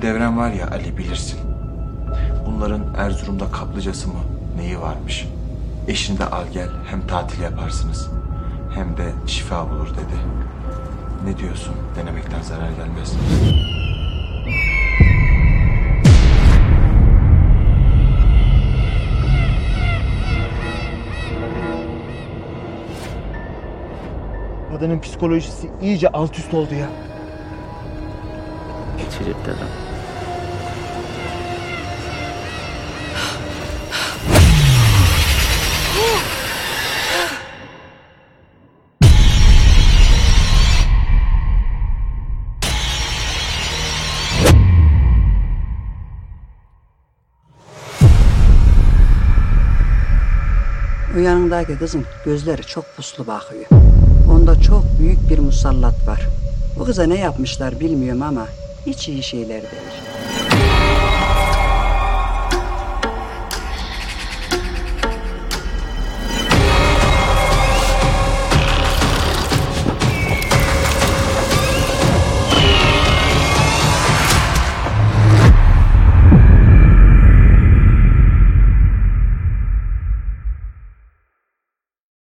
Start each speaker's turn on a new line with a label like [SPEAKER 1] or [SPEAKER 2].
[SPEAKER 1] Bizim Devrem var ya Ali, bilirsin. Bunların Erzurum'da kaplıcası mı neyi varmış. Eşini de al gel, hem tatil yaparsınız hem de şifa bulur dedi. Ne diyorsun? Denemekten zarar gelmez.
[SPEAKER 2] Kadının psikolojisi iyice alt üst oldu ya.
[SPEAKER 3] Trip dedim.
[SPEAKER 4] O yanındaki kızın gözleri çok puslu bakıyor. Onda çok büyük bir musallat var. Bu kıza ne yapmışlar bilmiyorum ama hiç iyi şeyler değil.